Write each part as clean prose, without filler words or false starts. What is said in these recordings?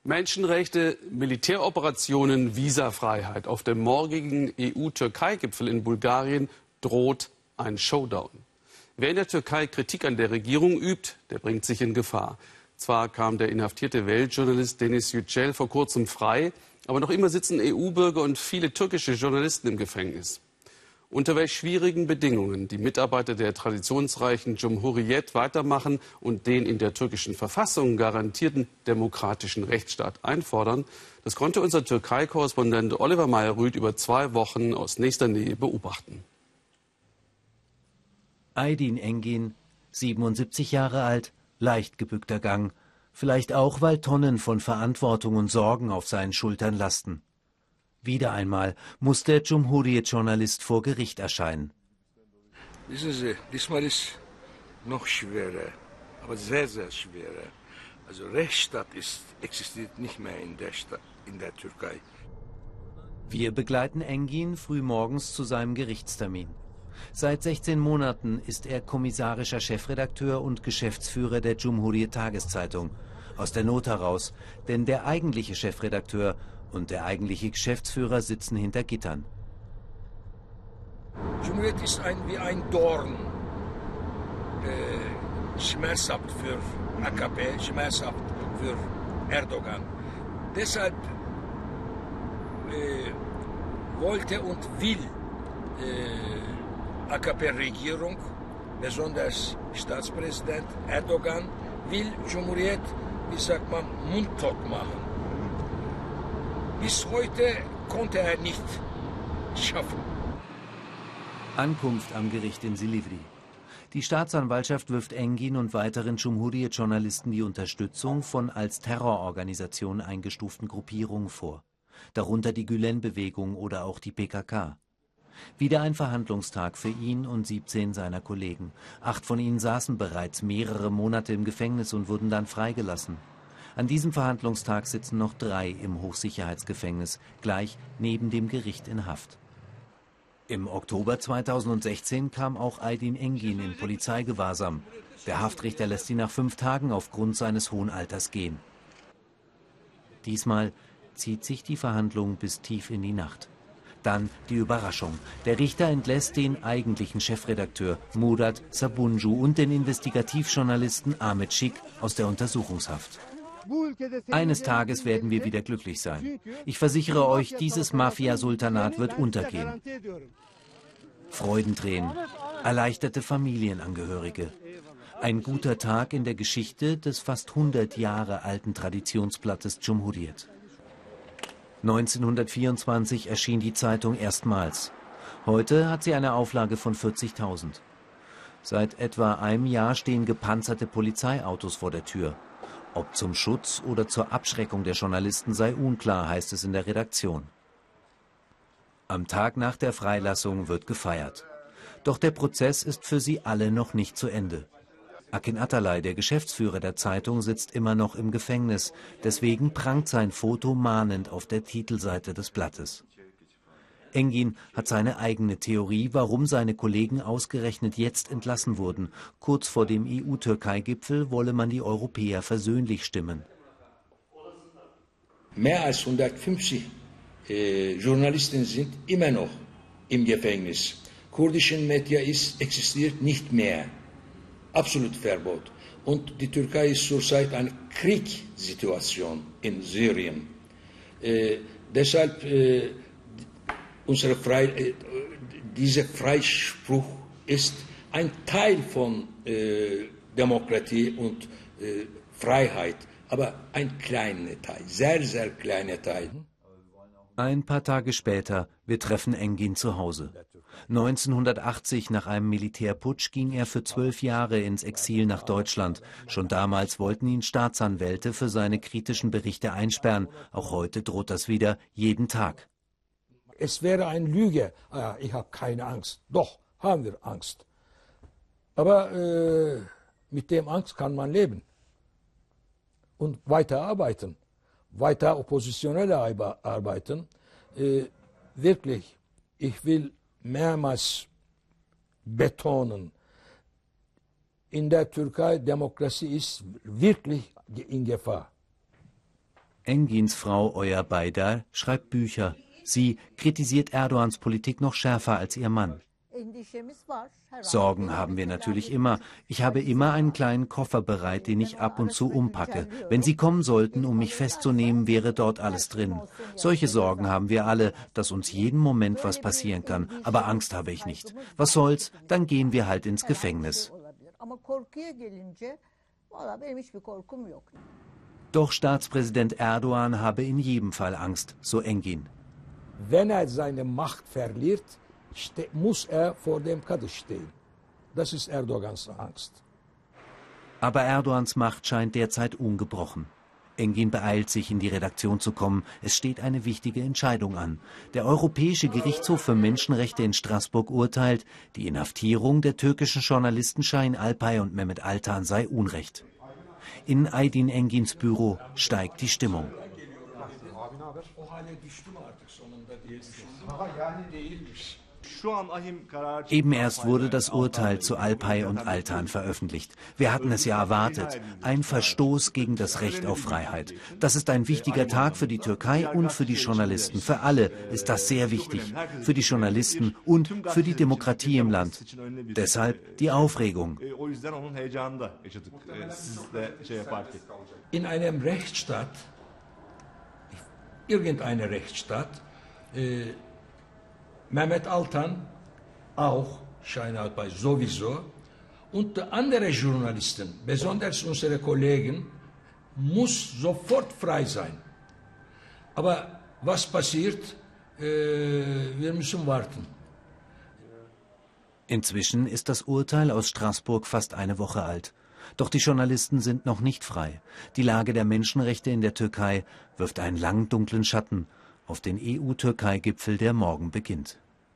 Menschenrechte, Militäroperationen, Visafreiheit. Auf dem morgigen EU-Türkei-Gipfel in Bulgarien droht ein Showdown. Wer in der Türkei Kritik an der Regierung übt, der bringt sich in Gefahr. Zwar kam der inhaftierte Weltjournalist Deniz Yücel vor kurzem frei, aber noch immer sitzen EU-Bürger und viele türkische Journalisten im Gefängnis. Unter welch schwierigen Bedingungen die Mitarbeiter der traditionsreichen Cumhuriyet weitermachen und den in der türkischen Verfassung garantierten demokratischen Rechtsstaat einfordern, das konnte unser Türkei-Korrespondent Oliver Meyer-Rüth über 2 Wochen aus nächster Nähe beobachten. Aydin Engin, 77 Jahre alt, leicht gebückter Gang. Vielleicht auch, weil Tonnen von Verantwortung und Sorgen auf seinen Schultern lasten. Wieder einmal muss der Cumhuriyet-Journalist vor Gericht erscheinen. Wissen Sie, diesmal ist noch schwerer, aber sehr, sehr schwerer. Also Rechtsstaat existiert nicht mehr in der Türkei. Wir begleiten Engin frühmorgens zu seinem Gerichtstermin. Seit 16 Monaten ist er kommissarischer Chefredakteur und Geschäftsführer der Cumhuriyet-Tageszeitung. Aus der Not heraus, denn der eigentliche Chefredakteur und der eigentliche Geschäftsführer sitzen hinter Gittern. Cumhuriyet ist wie ein Dorn. Schmerzhaft für AKP, schmerzhaft für Erdogan. Deshalb wollte und will AKP-Regierung, besonders Staatspräsident Erdogan, will Cumhuriyet, wie sagt man, mundtot machen. Bis heute konnte er nicht schaffen. Ankunft am Gericht in Silivri. Die Staatsanwaltschaft wirft Engin und weiteren Cumhuriyet-Journalisten die Unterstützung von als Terrororganisation eingestuften Gruppierungen vor. Darunter die Gülen-Bewegung oder auch die PKK. Wieder ein Verhandlungstag für ihn und 17 seiner Kollegen. 8 von ihnen saßen bereits mehrere Monate im Gefängnis und wurden dann freigelassen. An diesem Verhandlungstag sitzen noch 3 im Hochsicherheitsgefängnis, gleich neben dem Gericht in Haft. Im Oktober 2016 kam auch Aydin Engin in Polizeigewahrsam. Der Haftrichter lässt ihn nach 5 Tagen aufgrund seines hohen Alters gehen. Diesmal zieht sich die Verhandlung bis tief in die Nacht. Dann die Überraschung. Der Richter entlässt den eigentlichen Chefredakteur Murat Sabuncu und den Investigativjournalisten Ahmet Schick aus der Untersuchungshaft. Eines Tages werden wir wieder glücklich sein. Ich versichere euch, dieses Mafia-Sultanat wird untergehen. Freudentränen, erleichterte Familienangehörige. Ein guter Tag in der Geschichte des fast 100 Jahre alten Traditionsblattes Cumhuriyet. 1924 erschien die Zeitung erstmals. Heute hat sie eine Auflage von 40.000. Seit etwa einem Jahr stehen gepanzerte Polizeiautos vor der Tür. Ob zum Schutz oder zur Abschreckung der Journalisten sei unklar, heißt es in der Redaktion. Am Tag nach der Freilassung wird gefeiert. Doch der Prozess ist für sie alle noch nicht zu Ende. Akin Atalay, der Geschäftsführer der Zeitung, sitzt immer noch im Gefängnis. Deswegen prangt sein Foto mahnend auf der Titelseite des Blattes. Engin hat seine eigene Theorie, warum seine Kollegen ausgerechnet jetzt entlassen wurden. Kurz vor dem EU-Türkei-Gipfel wolle man die Europäer versöhnlich stimmen. Mehr als 150 Journalisten sind immer noch im Gefängnis. Kurdischen Medien existiert nicht mehr. Absolut Verbot. Und die Türkei ist zurzeit eine Kriegssituation in Syrien. Deshalb dieser Freispruch ist ein Teil von Demokratie und Freiheit, aber ein kleiner Teil, sehr, sehr kleiner Teil. Ein paar Tage später, wir treffen Engin zu Hause. 1980, nach einem Militärputsch, ging er für 12 Jahre ins Exil nach Deutschland. Schon damals wollten ihn Staatsanwälte für seine kritischen Berichte einsperren. Auch heute droht das wieder, jeden Tag. Es wäre eine Lüge. Ich habe keine Angst. Doch, haben wir Angst. Aber mit dem Angst kann man leben. Und weiter arbeiten. Weiter oppositionell arbeiten. Wirklich, ich will mehrmals betonen, in der Türkei Demokratie ist wirklich in Gefahr. Engins Frau Oya Baydar schreibt Bücher. Sie kritisiert Erdogans Politik noch schärfer als ihr Mann. Sorgen haben wir natürlich immer. Ich habe immer einen kleinen Koffer bereit, den ich ab und zu umpacke. Wenn Sie kommen sollten, um mich festzunehmen, wäre dort alles drin. Solche Sorgen haben wir alle, dass uns jeden Moment was passieren kann. Aber Angst habe ich nicht. Was soll's, dann gehen wir halt ins Gefängnis. Doch Staatspräsident Erdogan habe in jedem Fall Angst, so Engin. Wenn er seine Macht verliert, muss er vor dem Kader stehen. Das ist Erdogans Angst. Aber Erdogans Macht scheint derzeit ungebrochen. Engin beeilt sich, in die Redaktion zu kommen. Es steht eine wichtige Entscheidung an. Der Europäische Gerichtshof für Menschenrechte in Straßburg urteilt, die Inhaftierung der türkischen Journalisten Şahin Alpay und Mehmet Altan sei Unrecht. In Aydin Engins Büro steigt die Stimmung. Eben erst wurde das Urteil zu Alpay und Altan veröffentlicht. Wir hatten es ja erwartet. Ein Verstoß gegen das Recht auf Freiheit. Das ist ein wichtiger Tag für die Türkei und für die Journalisten. Für alle ist das sehr wichtig. Für die Journalisten und für die Demokratie im Land. Deshalb die Aufregung. In einem Rechtsstaat, irgendeine Rechtsstaat, Mehmet Altan, auch Şahin Alpay sowieso, und andere Journalisten, besonders unsere Kollegen, muss sofort frei sein. Aber was passiert? Wir müssen warten. Inzwischen ist das Urteil aus Straßburg fast eine Woche alt. Doch die Journalisten sind noch nicht frei. Die Lage der Menschenrechte in der Türkei wirft einen langen dunklen Schatten auf den EU-Türkei-Gipfel, der morgen beginnt.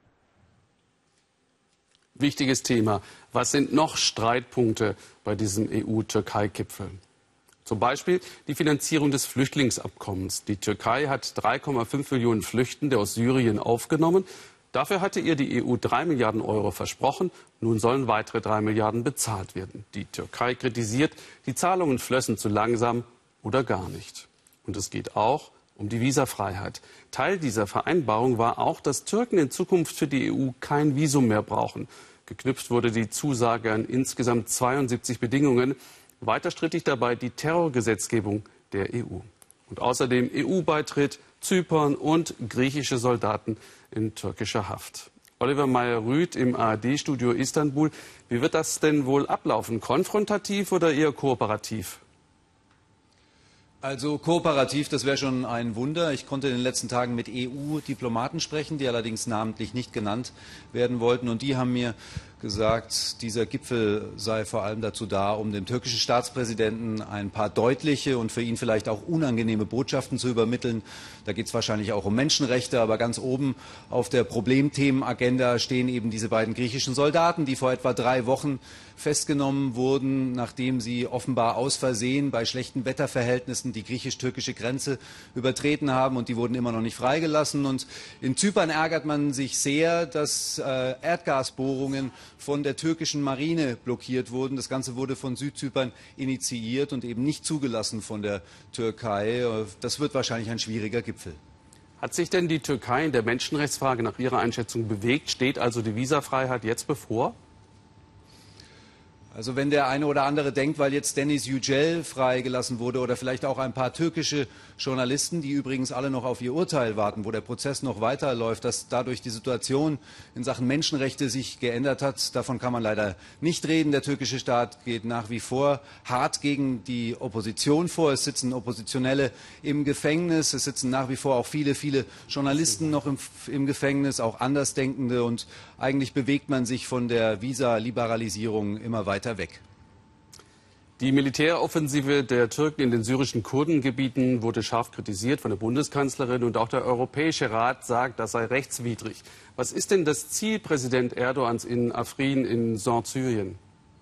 Wichtiges Thema. Was sind noch Streitpunkte bei diesem EU-Türkei-Gipfel? Zum Beispiel die Finanzierung des Flüchtlingsabkommens. Die Türkei hat 3,5 Millionen Flüchtende aus Syrien aufgenommen. Dafür hatte ihr die EU 3 Milliarden Euro versprochen. Nun sollen weitere 3 Milliarden bezahlt werden. Die Türkei kritisiert, die Zahlungen flössen zu langsam oder gar nicht. Und es geht auch um die Visafreiheit. Teil dieser Vereinbarung war auch, dass Türken in Zukunft für die EU kein Visum mehr brauchen. Geknüpft wurde die Zusage an insgesamt 72 Bedingungen. Weiter strittig dabei die Terrorgesetzgebung der EU. Und außerdem EU-Beitritt, Zypern und griechische Soldaten in türkischer Haft. Oliver Meyer-Rüth im ARD-Studio Istanbul. Wie wird das denn wohl ablaufen? Konfrontativ oder eher kooperativ? Also kooperativ, das wäre schon ein Wunder. Ich konnte in den letzten Tagen mit EU-Diplomaten sprechen, die allerdings namentlich nicht genannt werden wollten. Und die haben mir gesagt, dieser Gipfel sei vor allem dazu da, um dem türkischen Staatspräsidenten ein paar deutliche und für ihn vielleicht auch unangenehme Botschaften zu übermitteln. Da geht es wahrscheinlich auch um Menschenrechte, aber ganz oben auf der Problemthemenagenda stehen eben diese beiden griechischen Soldaten, die vor etwa 3 Wochen festgenommen wurden, nachdem sie offenbar aus Versehen bei schlechten Wetterverhältnissen die griechisch-türkische Grenze übertreten haben, und die wurden immer noch nicht freigelassen. Und in Zypern ärgert man sich sehr, dass Erdgasbohrungen von der türkischen Marine blockiert wurden. Das Ganze wurde von Südzypern initiiert und eben nicht zugelassen von der Türkei. Das wird wahrscheinlich ein schwieriger Gipfel. Hat sich denn die Türkei in der Menschenrechtsfrage nach Ihrer Einschätzung bewegt? Steht also die Visafreiheit jetzt bevor? Also wenn der eine oder andere denkt, weil jetzt Deniz Yücel freigelassen wurde oder vielleicht auch ein paar türkische Journalisten, die übrigens alle noch auf ihr Urteil warten, wo der Prozess noch weiterläuft, dass dadurch die Situation in Sachen Menschenrechte sich geändert hat, davon kann man leider nicht reden. Der türkische Staat geht nach wie vor hart gegen die Opposition vor. Es sitzen Oppositionelle im Gefängnis. Es sitzen nach wie vor auch viele Journalisten noch im Gefängnis, auch Andersdenkende. Und eigentlich bewegt man sich von der Visa-Liberalisierung immer weiter weg. Die Militäroffensive der Türken in den syrischen Kurdengebieten wurde scharf kritisiert von der Bundeskanzlerin, und auch der Europäische Rat sagt, das sei rechtswidrig. Was ist denn das Ziel Präsident Erdogans in Afrin in Nordsyrien?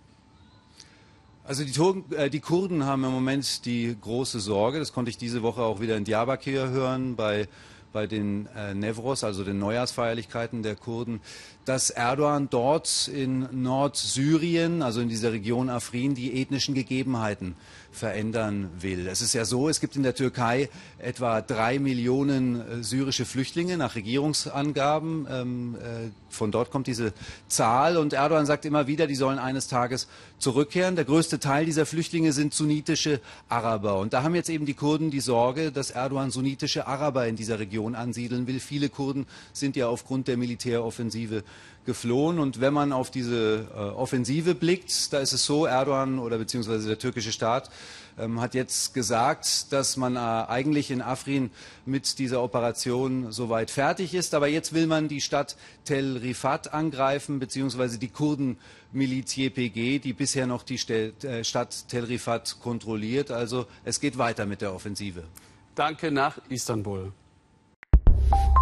Also die Kurden haben im Moment die große Sorge, das konnte ich diese Woche auch wieder in Diyarbakir hören, bei bei den Newros, also den Neujahrsfeierlichkeiten der Kurden, dass Erdogan dort in Nordsyrien, also in dieser Region Afrin, die ethnischen Gegebenheiten verändern will. Es ist ja so, es gibt in der Türkei etwa 3 Millionen syrische Flüchtlinge nach Regierungsangaben. Von dort kommt diese Zahl und Erdogan sagt immer wieder, die sollen eines Tages zurückkehren. Der größte Teil dieser Flüchtlinge sind sunnitische Araber. Und da haben jetzt eben die Kurden die Sorge, dass Erdogan sunnitische Araber in dieser Region ansiedeln will. Viele Kurden sind ja aufgrund der Militäroffensive geflohen. Und wenn man auf diese Offensive blickt, da ist es so, Erdogan oder beziehungsweise der türkische Staat hat jetzt gesagt, dass man eigentlich in Afrin mit dieser Operation soweit fertig ist. Aber jetzt will man die Stadt Tel Rifat angreifen, beziehungsweise die Kurdenmiliz YPG, die bisher noch die Stadt Tel Rifat kontrolliert. Also es geht weiter mit der Offensive. Danke nach Istanbul.